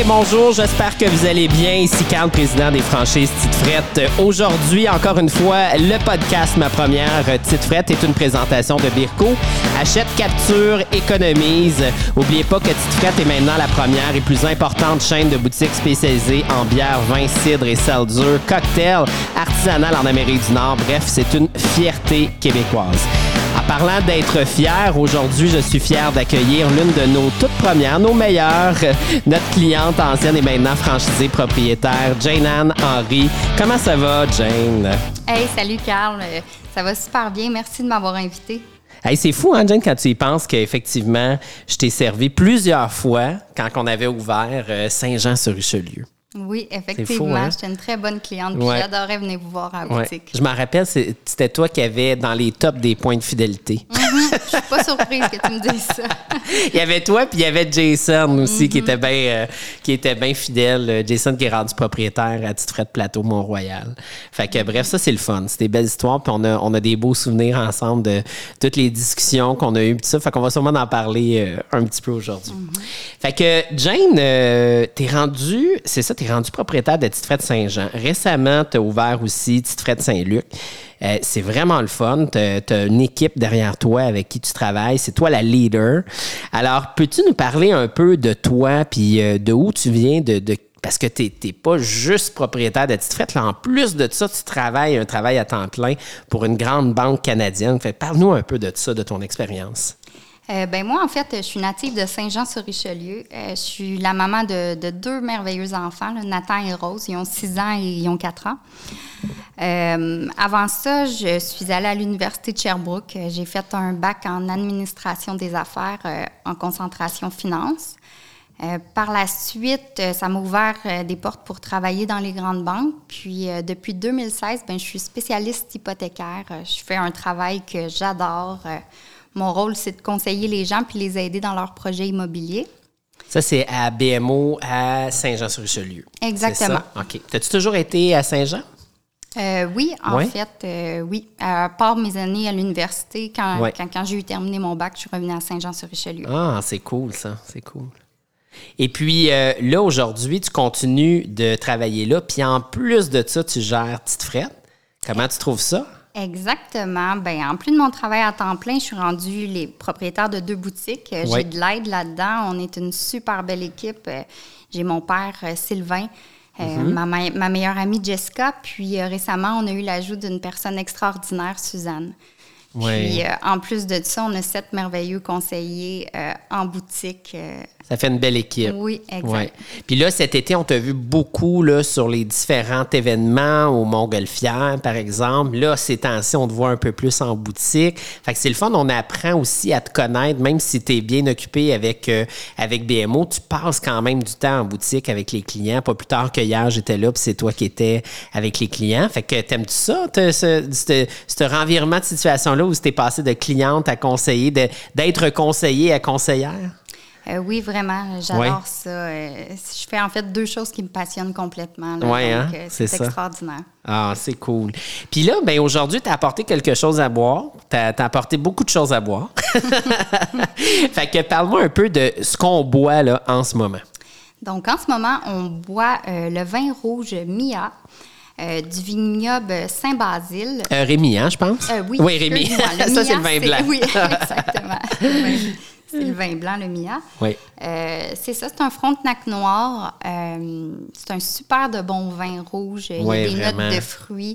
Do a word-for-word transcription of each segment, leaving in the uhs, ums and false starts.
bonjour, j'espère que vous allez bien. Ici Carl, président des franchises Tite Frette. Aujourd'hui, encore une fois, le podcast Ma Première Tite Frette est une présentation de Birko. Achète, capture, économise. N'oubliez pas que Tite Frette est maintenant la première et plus importante chaîne de boutiques spécialisées en bière, vin, cidre et seltzer, cocktail, artisanal en Amérique du Nord. Bref, c'est une fierté québécoise. En parlant d'être fier, aujourd'hui, je suis fier d'accueillir l'une de nos toutes premières, nos meilleures, notre cliente ancienne et maintenant franchisée propriétaire, Jane-Anne Henry. Comment ça va, Jane? Hey, salut Carl. Ça va super bien. Merci de m'avoir invité. Hey, c'est fou, hein, Jane, quand tu y penses qu'effectivement, je t'ai servi plusieurs fois quand on avait ouvert euh, Saint-Jean-sur-Richelieu. Oui, effectivement. Fou, hein? J'étais une très bonne cliente. Puis ouais. J'adorais venir vous voir à la ouais. boutique. Je m'en rappelle, c'était toi qui avais dans les tops des points de fidélité. Mm-hmm. Je suis pas surprise que tu me dises ça. Il y avait toi, puis il y avait Jason aussi, mm-hmm. qui était bien euh, qui était bien fidèle. Jason qui est rendu propriétaire à Tite Frette Plateau Mont-Royal. Fait que, mm-hmm. bref, ça, c'est le fun. C'est des belles histoires, puis on a, on a des beaux souvenirs ensemble de toutes les discussions qu'on a eues, puis tout ça. Fait qu'on va sûrement en parler euh, un petit peu aujourd'hui. Mm-hmm. Fait que, Jane, euh, t'es rendu, c'est ça, t'es rendu propriétaire de Tite Frette Saint-Jean. Récemment, tu as ouvert aussi Tite Frette Saint-Luc. Euh, c'est vraiment le fun. Tu as une équipe derrière toi avec qui tu travailles. C'est toi la leader. Alors, peux-tu nous parler un peu de toi puis euh, de où tu viens, de, de parce que tu n'es pas juste propriétaire de Tite Frette. Là, en plus de ça, tu travailles un travail à temps plein pour une grande banque canadienne. Fait, parle-nous un peu de ça, de ton expérience. Euh, ben moi, en fait, je suis native de Saint-Jean-sur-Richelieu. Euh, je suis la maman de, de deux merveilleux enfants, là, Nathan et Rose. Ils ont six ans et ils ont quatre ans. Euh, avant ça, je suis allée à l'Université de Sherbrooke. J'ai fait un bac en administration des affaires euh, en concentration finance. Euh, par la suite, ça m'a ouvert euh, des portes pour travailler dans les grandes banques. Puis, euh, depuis deux mille seize, ben, je suis spécialiste hypothécaire. Euh, je fais un travail que j'adore. Euh, Mon rôle, c'est de conseiller les gens puis les aider dans leurs projets immobiliers. Ça, c'est à B M O à Saint-Jean-sur-Richelieu. Exactement. C'est ça? OK. T'as-tu toujours été à Saint-Jean? Euh, oui, en ouais. fait, euh, oui. À part mes années à l'université, quand, ouais. quand, quand j'ai eu terminé mon bac, je suis revenue à Saint-Jean-sur-Richelieu. Ah, c'est cool, ça. C'est cool. Et puis, euh, là, aujourd'hui, tu continues de travailler là. Puis, en plus de ça, tu gères Tite Frette. Comment tu trouves ça? Exactement. Bien, en plus de mon travail à temps plein, je suis rendue les propriétaires de deux boutiques. J'ai oui. de l'aide là-dedans. On est une super belle équipe. J'ai mon père, Sylvain, mm-hmm. euh, ma, ma meilleure amie, Jessica. Puis euh, récemment, on a eu l'ajout d'une personne extraordinaire, Suzanne. Oui. Puis, euh, en plus de ça, on a sept merveilleux conseillers euh, en boutique. Euh, Ça fait une belle équipe. Oui, exact. Ouais. Puis là, cet été, on t'a vu beaucoup là, sur les différents événements au Montgolfière, par exemple. Là, ces temps-ci, on te voit un peu plus en boutique. Fait que c'est le fun, on apprend aussi à te connaître, même si tu es bien occupé avec, euh, avec B M O, tu passes quand même du temps en boutique avec les clients. Pas plus tard que hier, j'étais là, puis c'est toi qui étais avec les clients. Fait que t'aimes-tu ça, ce, ce, ce renvirement de situation-là où tu es passé de cliente à conseiller, de, d'être conseiller à conseillère? Euh, oui, vraiment. J'adore ouais. ça. Euh, je fais en fait deux choses qui me passionnent complètement. Là, oui, donc, hein? euh, c'est, c'est extraordinaire. Ah, c'est cool. Puis là, ben aujourd'hui, tu as apporté quelque chose à boire. Tu as apporté beaucoup de choses à boire. Fait que parle-moi un peu de ce qu'on boit là, en ce moment. Donc, en ce moment, on boit euh, le vin rouge Mia. Euh, du vignoble Saint-Basile. Euh, Rémi, hein, je pense? Euh, oui, oui, Rémi. Ça, Mia, c'est le vin blanc. C'est, oui, exactement. C'est le vin blanc, le Mia. Oui. Euh, c'est ça, c'est un Frontenac noir. Euh, c'est un super de bon vin rouge. Il oui, y a des vraiment. notes de fruits.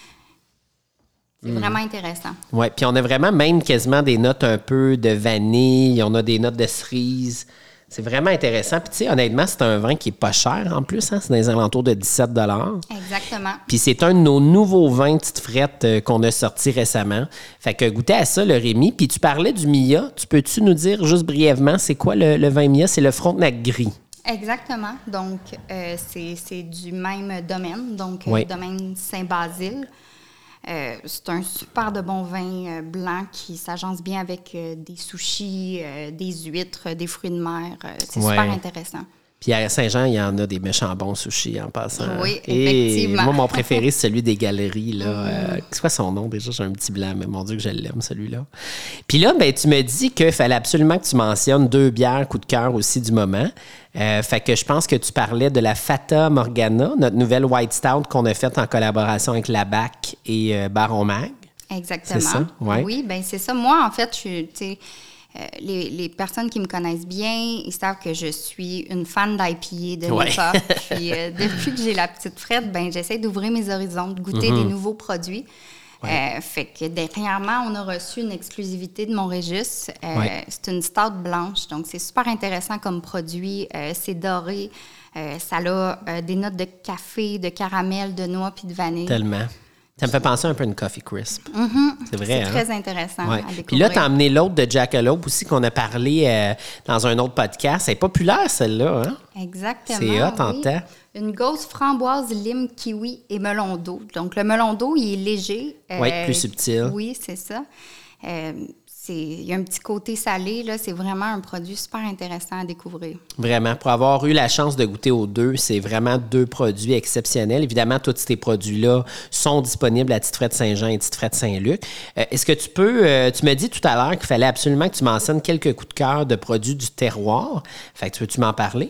C'est mm. vraiment intéressant. Oui, puis on a vraiment même quasiment des notes un peu de vanille. On a des notes de cerise. C'est vraiment intéressant. Puis, tu sais, honnêtement, c'est un vin qui n'est pas cher en plus. Hein? C'est dans les alentours de dix-sept dollars. Exactement. Puis, c'est un de nos nouveaux vins Tite Frette euh, qu'on a sorti récemment. Fait que goûtez à ça, le Rémi. Puis, tu parlais du Mia. Tu peux-tu nous dire juste brièvement, c'est quoi le, le vin Mia? C'est le Frontenac gris. Exactement. Donc, euh, c'est, c'est du même domaine. Donc, oui. euh, domaine Saint-Basile. Euh, c'est un super de bon vin euh, blanc qui s'agence bien avec euh, des sushis, euh, des huîtres, des fruits de mer. Euh, c'est ouais. super intéressant. Puis à Saint-Jean, il y en a des méchants bons sushis en passant. Oui, Et effectivement. moi, mon préféré, c'est celui des galeries. Là. Euh, c'est quoi son nom déjà? J'ai un petit blanc, mais mon Dieu que je l'aime, celui-là. Puis là, ben, tu me dis qu'il fallait absolument que tu mentionnes deux bières coup de cœur aussi du moment. Euh, fait que je pense que tu parlais de la Fata Morgana, notre nouvelle White Stout qu'on a faite en collaboration avec la B A C et euh, Baron Mag. Exactement. C'est ça? Ouais. Oui, bien c'est ça. Moi, en fait, je suis, tu sais, euh, les, les personnes qui me connaissent bien, ils savent que je suis une fan d'I P A de Ouais. l'époque. Puis euh, depuis que j'ai la petite frette, ben j'essaie d'ouvrir mes horizons, de goûter Mm-hmm. des nouveaux produits. Ouais. Euh, fait que dernièrement, on a reçu une exclusivité de Montrégus. Euh, Ouais. C'est une stout blanche, donc c'est super intéressant comme produit. Euh, c'est doré. Euh, ça a euh, des notes de café, de caramel, de noix puis de vanille. Tellement. Ça me fait penser un peu à une Coffee Crisp. Mm-hmm. C'est vrai, C'est hein? très intéressant Ouais. à découvrir. Puis là, tu as emmené l'autre de Jackalope aussi qu'on a parlé euh, dans un autre podcast. Elle est populaire, celle-là. Hein? Exactement. C'est hot en oui. temps. Une gauze framboise, lime, kiwi et melon d'eau. Donc, le melon d'eau, il est léger. Oui, plus subtil. Oui, c'est ça. Euh, c'est, il y a un petit côté salé, là. C'est vraiment un produit super intéressant à découvrir. Vraiment. Pour avoir eu la chance de goûter aux deux, c'est vraiment deux produits exceptionnels. Évidemment, tous ces produits-là sont disponibles à Tite Frette Saint-Jean et Tite Frette Saint-Luc. Euh, est-ce que tu peux... Euh, tu m'as dit tout à l'heure qu'il fallait absolument que tu mentionnes quelques coups de cœur de produits du terroir. Fait que peux-tu m'en parler?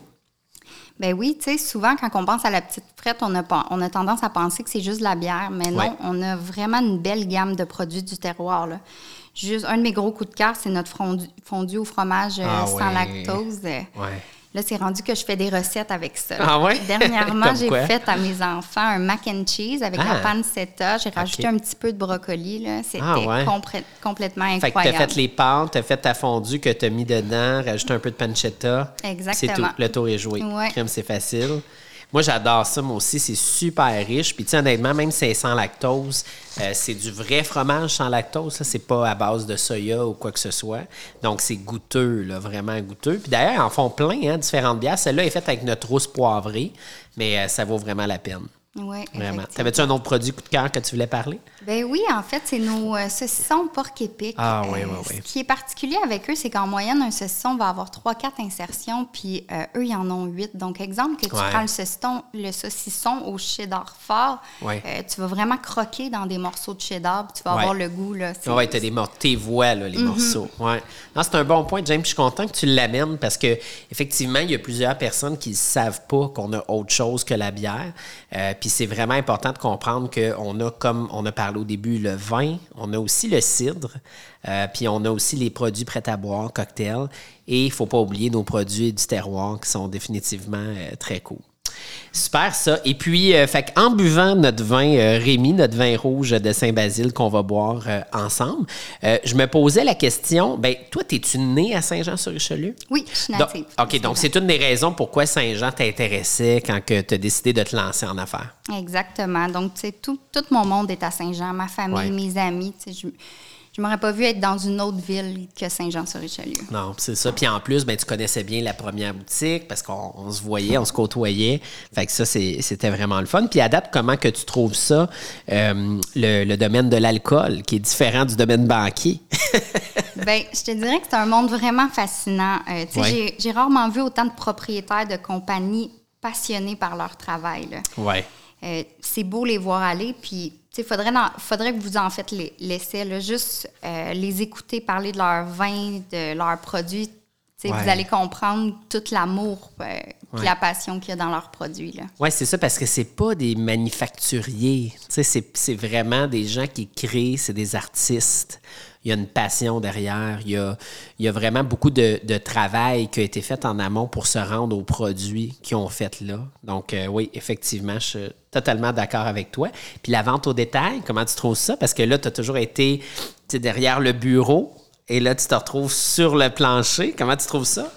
Ben oui, tu sais, souvent, quand on pense à la petite frette, on a, on a tendance à penser que c'est juste de la bière, mais non, Ouais. on a vraiment une belle gamme de produits du terroir, là. Juste, un de mes gros coups de cœur, c'est notre fondu, fondu au fromage euh, Ah sans ouais. lactose. Euh, Ouais. Là, c'est rendu que je fais des recettes avec ça. Ah ouais? Dernièrement, Comme j'ai quoi? fait à mes enfants un mac and cheese avec Ah. la pancetta. J'ai rajouté OK. un petit peu de brocoli, là. C'était Ah ouais? compré- complètement Fait que tu as incroyable. fait les pâtes, tu as fait ta fondue que tu as mis dedans, rajouté un peu de pancetta. Exactement. C'est tout. Le tour est joué. Ouais. Crème, c'est facile. Moi, j'adore ça, moi aussi. C'est super riche. Puis, tu sais, honnêtement, même si c'est sans lactose, euh, c'est du vrai fromage sans lactose. Ça, c'est pas à base de soya ou quoi que ce soit. Donc, c'est goûteux, là, vraiment goûteux. Puis d'ailleurs, ils en font plein, hein, différentes bières. Celle-là est faite avec notre rousse poivrée, mais euh, ça vaut vraiment la peine. Oui, Vraiment. T'avais-tu un autre produit coup de cœur que tu voulais parler? Ben oui, en fait, c'est nos euh, saucissons porc épic. Ah oui, oui, oui. Ce qui est particulier avec eux, c'est qu'en moyenne, un saucisson va avoir trois quatre insertions, puis euh, eux, ils en ont huit. Donc, exemple, que tu Ouais. prends le saucisson, le saucisson au cheddar fort, Ouais. euh, tu vas vraiment croquer dans des morceaux de cheddar, puis tu vas Ouais. avoir le goût. Là, c'est- Oui, tu as des mor- tes voix, là, les Mm-hmm. morceaux. Ouais. Non, c'est un bon point, James. Je suis content que tu l'amènes parce que effectivement, il y a plusieurs personnes qui ne savent pas qu'on a autre chose que la bière. Euh, Puis c'est vraiment important de comprendre qu'on a, comme on a parlé au début, le vin, on a aussi le cidre, euh, puis on a aussi les produits prêts à boire, cocktails. Et il ne faut pas oublier nos produits du terroir qui sont définitivement euh, très cool. Super, ça. Et puis, euh, fait en buvant notre vin euh, Rémi, notre vin rouge de Saint-Basile qu'on va boire euh, ensemble, euh, je me posais la question, ben toi, es-tu né à Saint-Jean-sur-Richelieu? Oui, je suis Donc- native. OK, donc c'est une des raisons pourquoi Saint-Jean t'intéressait quand tu as décidé de te lancer en affaires. Exactement. Donc, tu sais, tout, tout mon monde est à Saint-Jean, ma famille, Ouais. mes amis. Tu sais, je je m'aurais pas vu être dans une autre ville que Saint-Jean-sur-Richelieu. Non, c'est ça. Puis en plus, ben, tu connaissais bien la première boutique parce qu'on on se voyait, on se côtoyait. Fait que ça, c'est- c'était vraiment le fun. Puis à date, comment que tu trouves ça, euh, le, le domaine de l'alcool, qui est différent du domaine banquier? Bien, je te dirais que c'est un monde vraiment fascinant. Euh, tu sais, Ouais. j'ai, j'ai rarement vu autant de propriétaires de compagnies passionnés par leur travail, là. Ouais. Euh, c'est beau les voir aller, puis il faudrait, dans- faudrait que vous en faites les- l'essai, là, juste euh, les écouter parler de leur vin, de leurs produits. Tu sais, Ouais. Vous allez comprendre tout l'amour et Ouais. la passion qu'il y a dans leurs produits. Là. Oui, c'est ça, parce que c'est pas des manufacturiers. Tu sais, c'est, c'est vraiment des gens qui créent, c'est des artistes. Il y a une passion derrière. Il y a, il y a vraiment beaucoup de, de travail qui a été fait en amont pour se rendre aux produits qu'ils ont fait là. Donc, euh, oui, effectivement, je suis totalement d'accord avec toi. Puis la vente au détail, comment tu trouves ça? Parce que là, tu as toujours été tu sais, derrière le bureau et là, tu te retrouves sur le plancher. Comment tu trouves ça?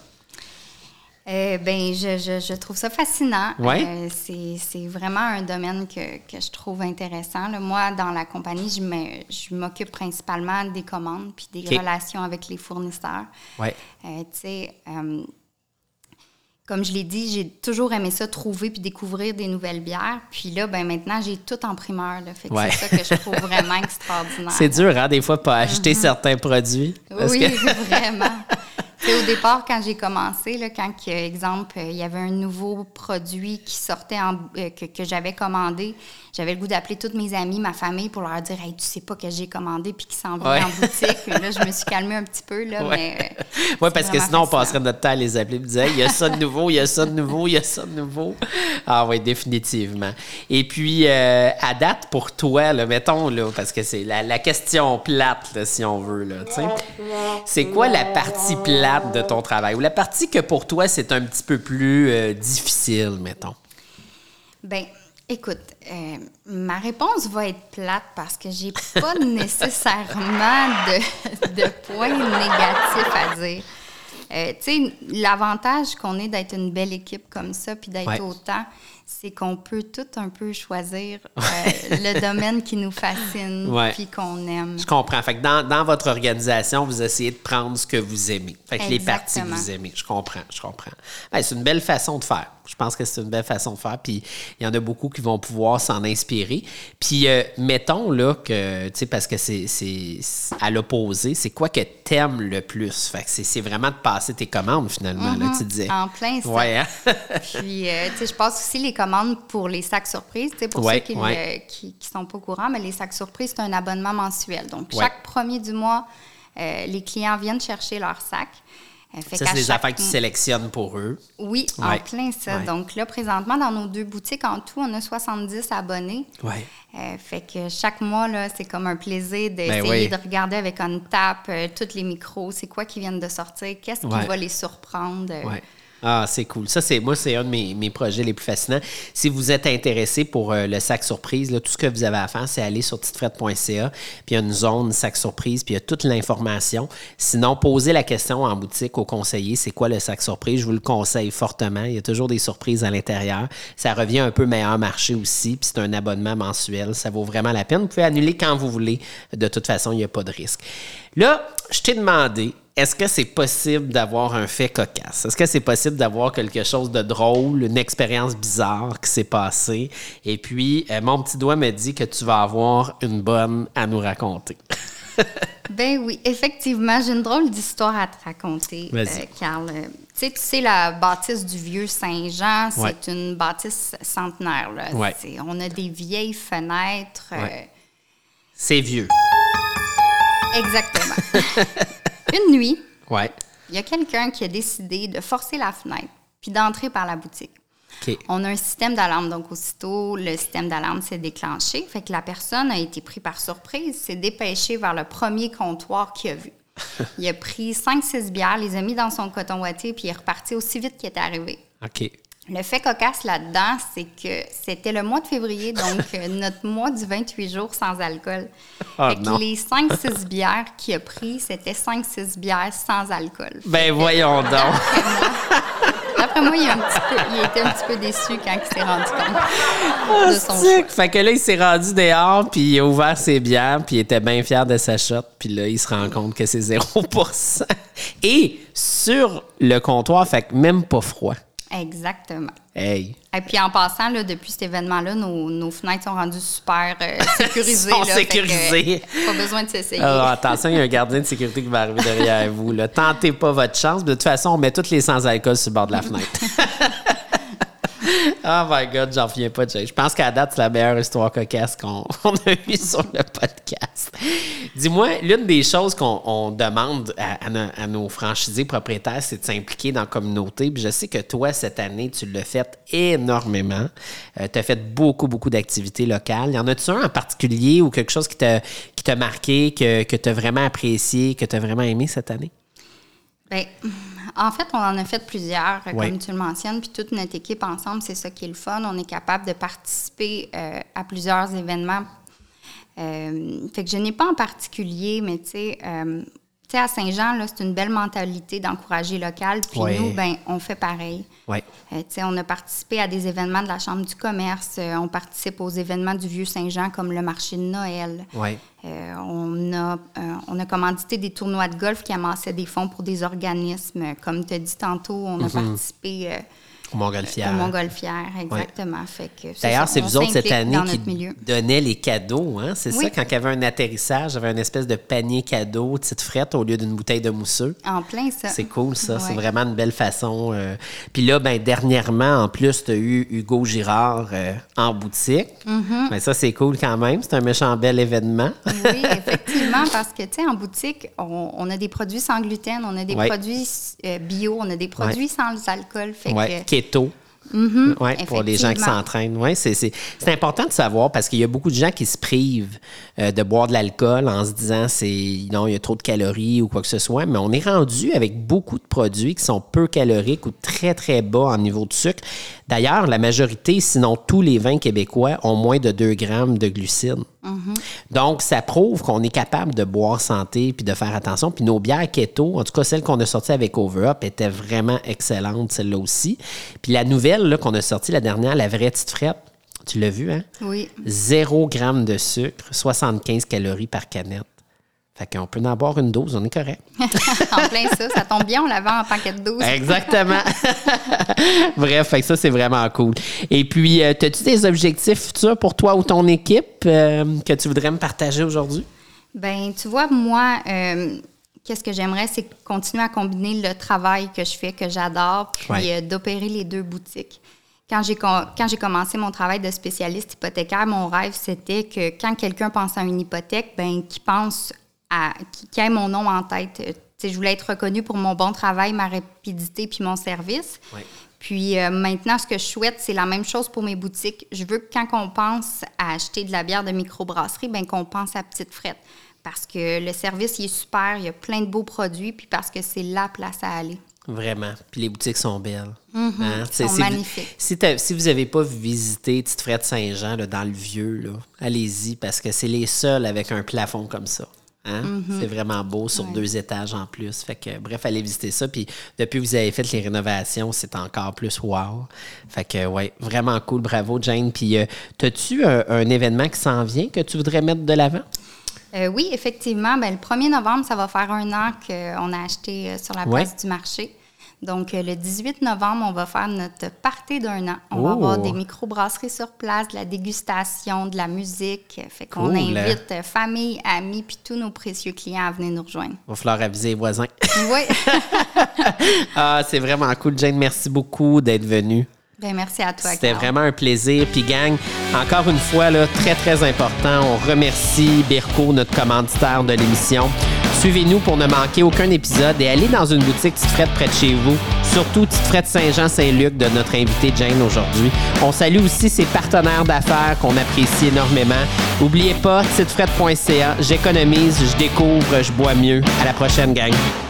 Euh, ben, je, je, je trouve ça fascinant. Ouais. Euh, c'est, c'est vraiment un domaine que, que je trouve intéressant. Là. Moi, dans la compagnie, je, me, je m'occupe principalement des commandes puis des OK. relations avec les fournisseurs. Ouais. Euh, tu sais, euh, comme je l'ai dit, j'ai toujours aimé ça, trouver puis découvrir des nouvelles bières. Puis là, ben maintenant, j'ai tout en primeur. Là. Fait que Ouais. c'est ça que je trouve vraiment extraordinaire. C'est dur, hein, des fois, pas acheter certains produits. Parce Oui, que- vraiment. Tu Au départ, quand j'ai commencé, là, quand, euh, exemple, il y avait un nouveau produit qui sortait, en, euh, que, que j'avais commandé, j'avais le goût d'appeler toutes mes amies, ma famille, pour leur dire « Hey, tu sais pas que j'ai commandé puis qui s'en vient ouais. en boutique. » Là, je me suis calmée un petit peu, là, ouais. mais... Euh, oui, parce que sinon, on passerait notre temps à les appeler et dire « Il y a ça de nouveau, il y a ça de nouveau, il y a ça de nouveau. » Ah oui, définitivement. Et puis, euh, à date, pour toi, là, mettons, là, parce que c'est la, la question plate, là, si on veut, là, tu sais, c'est quoi la partie plate de ton travail? Ou la partie que pour toi, c'est un petit peu plus euh, difficile, mettons? Bien, écoute, euh, ma réponse va être plate parce que j'ai pas nécessairement de, de points négatifs à dire. Euh, tu sais, l'avantage qu'on ait d'être une belle équipe comme ça puis d'être ouais. autant, c'est qu'on peut tout un peu choisir euh, le domaine qui nous fascine ouais. puis qu'on aime. Je comprends. Fait que dans, dans votre organisation, vous essayez de prendre ce que vous aimez. Fait que Exactement. les parties que vous aimez. Je comprends, je comprends. Ben, c'est une belle façon de faire. Je pense que c'est une belle façon de faire. Puis il y en a beaucoup qui vont pouvoir s'en inspirer. Puis euh, mettons là que, tu sais, parce que c'est, c'est à l'opposé, c'est quoi que t'aimes le plus? Fait que c'est, c'est vraiment de passer tes commandes finalement, mm-hmm. là, tu disais. En plein ça. Ouais, hein? Puis, euh, tu sais, je passe aussi les commandes pour les sacs surprises. Tu sais, pour ouais, ceux qui ne ouais. qui, qui sont pas au courant, mais les sacs surprises, c'est un abonnement mensuel. Donc, ouais. chaque premier du mois, euh, les clients viennent chercher leur sac. Fait ça, c'est des chaque... affaires que tu sélectionnes pour eux. Oui, ouais. en plein ça. Ouais. Donc là, présentement, dans nos deux boutiques, en tout, on a soixante-dix abonnés. Ouais. Euh, fait que chaque mois, là, c'est comme un plaisir d'essayer ben oui. de regarder avec une tape euh, tous les micros, c'est quoi qui viennent de sortir, qu'est-ce qui ouais. va les surprendre. Euh... Ouais. Ah, c'est cool. Ça, c'est moi, c'est un de mes, mes projets les plus fascinants. Si vous êtes intéressé pour euh, le sac surprise, là, tout ce que vous avez à faire, c'est aller sur titefrette point c a, puis il y a une zone sac surprise, puis il y a toute l'information. Sinon, posez la question en boutique au conseiller, c'est quoi le sac surprise? Je vous le conseille fortement. Il y a toujours des surprises à l'intérieur. Ça revient un peu meilleur marché aussi, puis c'est un abonnement mensuel. Ça vaut vraiment la peine. Vous pouvez annuler quand vous voulez. De toute façon, il n'y a pas de risque. Là, je t'ai demandé, est-ce que c'est possible d'avoir un fait cocasse? Est-ce que c'est possible d'avoir quelque chose de drôle, une expérience bizarre qui s'est passée? Et puis, euh, mon petit doigt me dit que tu vas avoir une bonne à nous raconter. Ben oui, effectivement, j'ai une drôle d'histoire à te raconter, euh, Carl. Tu sais, tu sais, la bâtisse du Vieux Saint-Jean, c'est ouais. une bâtisse centenaire. Là. Ouais. C'est, on a des vieilles fenêtres. Ouais. Euh... C'est vieux. Exactement. Une nuit, ouais. il y a quelqu'un qui a décidé de forcer la fenêtre puis d'entrer par la boutique. Okay. On a un système d'alarme, donc aussitôt le système d'alarme s'est déclenché, fait que la personne a été prise par surprise, s'est dépêchée vers le premier comptoir qu'il a vu. Il a pris cinq six bières, les a mis dans son coton ouaté puis il est reparti aussi vite qu'il est arrivé. OK. Le fait cocasse là-dedans, c'est que c'était le mois de février, donc notre mois du vingt-huit jours sans alcool. Oh, fait que non. les cinq six bières qu'il a pris, c'était cinq six bières sans alcool. Ben voyons donc! D'après moi, il, a un petit peu, il était un petit peu déçu quand il s'est rendu compte de son choix. Fait que là, il s'est rendu dehors, puis il a ouvert ses bières, puis il était bien fier de sa shot, puis là, il se rend compte que c'est zéro pour cent. Et sur le comptoir, fait que même pas froid. Exactement. Hey. Et puis en passant, là, depuis cet événement-là, nos, nos fenêtres sont rendues super euh, sécurisées. sont là, sécurisées. Que, pas besoin de s'essayer. Alors, attention, il y a un gardien de sécurité qui va arriver derrière vous. Là. Tentez pas votre chance. De toute façon, on met toutes les sans-alcool sur le bord de la fenêtre. Oh my God, j'en reviens pas. Je pense qu'à date, c'est la meilleure histoire cocasse qu'on on a eue sur le podcast. Dis-moi, l'une des choses qu'on on demande à, à, nos, à nos franchisés propriétaires, c'est de s'impliquer dans la communauté. Puis je sais que toi, cette année, tu l'as fait énormément. Euh, tu as fait beaucoup, beaucoup d'activités locales. Y en a-tu un en particulier ou quelque chose qui t'a, qui t'a marqué, que, que tu as vraiment apprécié, que tu as vraiment aimé cette année? Bien, en fait, on en a fait plusieurs, oui. comme tu le mentionnes, puis toute notre équipe ensemble, c'est ça qui est le fun. On est capable de participer euh, à plusieurs événements. Euh, fait que je n'ai pas en particulier, mais tu sais, euh, tu sais, à Saint-Jean, là, c'est une belle mentalité d'encourager local. Puis oui. nous, ben, on fait pareil. Oui. Euh, tu sais, on a participé à des événements de la Chambre du commerce. Euh, on participe aux événements du Vieux Saint-Jean, comme le marché de Noël. Oui. Euh, on, a, euh, on a commandité des tournois de golf qui amassaient des fonds pour des organismes. Comme tu as dit tantôt, on a mm-hmm. participé... Euh, Au Montgolfière. Au Montgolfière, exactement. Ouais. Fait que c'est D'ailleurs, ça, c'est vous autres cette année qui milieu. donnaient les cadeaux, hein? C'est oui. ça, quand il y avait un atterrissage, j'avais une espèce de panier cadeau, petite frette, au lieu d'une bouteille de mousseux. En plein, ça. C'est cool, ça. Ouais. C'est vraiment une belle façon. Euh... Puis là, ben dernièrement, en plus, tu as eu Hugo Girard euh, en boutique. Mm-hmm. Ben, ça, c'est cool quand même. C'est un méchant bel événement. Oui, effectivement, parce que, tu sais, en boutique, on, on a des produits sans gluten, on a des ouais. produits euh, bio, on a des produits ouais. sans alcool. Fait ouais. que... Keto. Mm-hmm, oui, pour les gens qui s'entraînent. Oui, c'est, c'est, c'est important de savoir parce qu'il y a beaucoup de gens qui se privent euh, de boire de l'alcool en se disant c'est non, il y a trop de calories ou quoi que ce soit, mais on est rendu avec beaucoup de produits qui sont peu caloriques ou très, très bas en niveau de sucre. D'ailleurs, la majorité, sinon tous les vins québécois, ont moins de deux grammes de glucides. Mm-hmm. Donc, ça prouve qu'on est capable de boire santé puis de faire attention. Puis nos bières keto, en tout cas celle qu'on a sortie avec Over-Up, était vraiment excellente, celle-là aussi. Puis la nouvelle là, qu'on a sortie la dernière, la vraie petite frette, tu l'as vu, hein? Oui. Zéro gramme de sucre, soixante-quinze calories par canette. Fait qu'on peut en boire une dose, on est correct. En plein ça, ça tombe bien, on la vend en paquet de douze. Exactement. Bref, fait que ça, c'est vraiment cool. Et puis, euh, as-tu des objectifs futurs pour toi ou ton équipe euh, que tu voudrais me partager aujourd'hui? Bien, tu vois, moi, euh, qu'est-ce que j'aimerais, c'est continuer à combiner le travail que je fais, que j'adore, puis ouais. euh, d'opérer les deux boutiques. Quand j'ai, quand j'ai commencé mon travail de spécialiste hypothécaire, mon rêve, c'était que quand quelqu'un pense à une hypothèque, bien, qu'il pense à, qu'il ait mon nom en tête. T'sais, je voulais être reconnue pour mon bon travail, ma rapidité puis mon service. Oui. Puis euh, maintenant, ce que je souhaite, c'est la même chose pour mes boutiques. Je veux que quand on pense à acheter de la bière de microbrasserie, bien qu'on pense à Petite Frette. Parce que le service, il est super, il y a plein de beaux produits, puis parce que c'est la place à aller. Vraiment. Puis les boutiques sont belles. Mm-hmm. Hein? Elles sont si magnifiques. Vous, si, si vous n'avez pas visité Petite Frette Saint-Jean là, dans le vieux, là, allez-y, parce que c'est les seuls avec un plafond comme ça. Hein? Mm-hmm. C'est vraiment beau sur ouais. deux étages en plus. Fait que, bref, allez visiter ça. Puis depuis que vous avez fait les rénovations, c'est encore plus wow. Fait que, ouais, vraiment cool. Bravo, Jane. Puis, euh, as-tu un, un événement qui s'en vient que tu voudrais mettre de l'avant? Euh, oui, effectivement. Bien, le premier novembre, ça va faire un an qu'on a acheté euh, sur la place ouais. du marché. Donc, euh, le dix-huit novembre, on va faire notre party d'un an. On oh. va avoir des microbrasseries sur place, de la dégustation, de la musique. Fait qu'on cool. invite euh, famille, amis, puis tous nos précieux clients à venir nous rejoindre. Il va falloir aviser les voisins. Oui. Ah, c'est vraiment cool, Jane. Merci beaucoup d'être venue. Bien, merci à toi, C'était Carl. vraiment un plaisir. Puis, gang, encore une fois, là, très, très important, on remercie Birko, notre commanditaire de l'émission. Suivez-nous pour ne manquer aucun épisode et allez dans une boutique Petite Frette près de chez vous. Surtout Petite Frette Saint-Jean-Saint-Luc de notre invité Jane aujourd'hui. On salue aussi ses partenaires d'affaires qu'on apprécie énormément. N'oubliez pas, petite frette point c a. J'économise, je découvre, je bois mieux. À la prochaine, gang.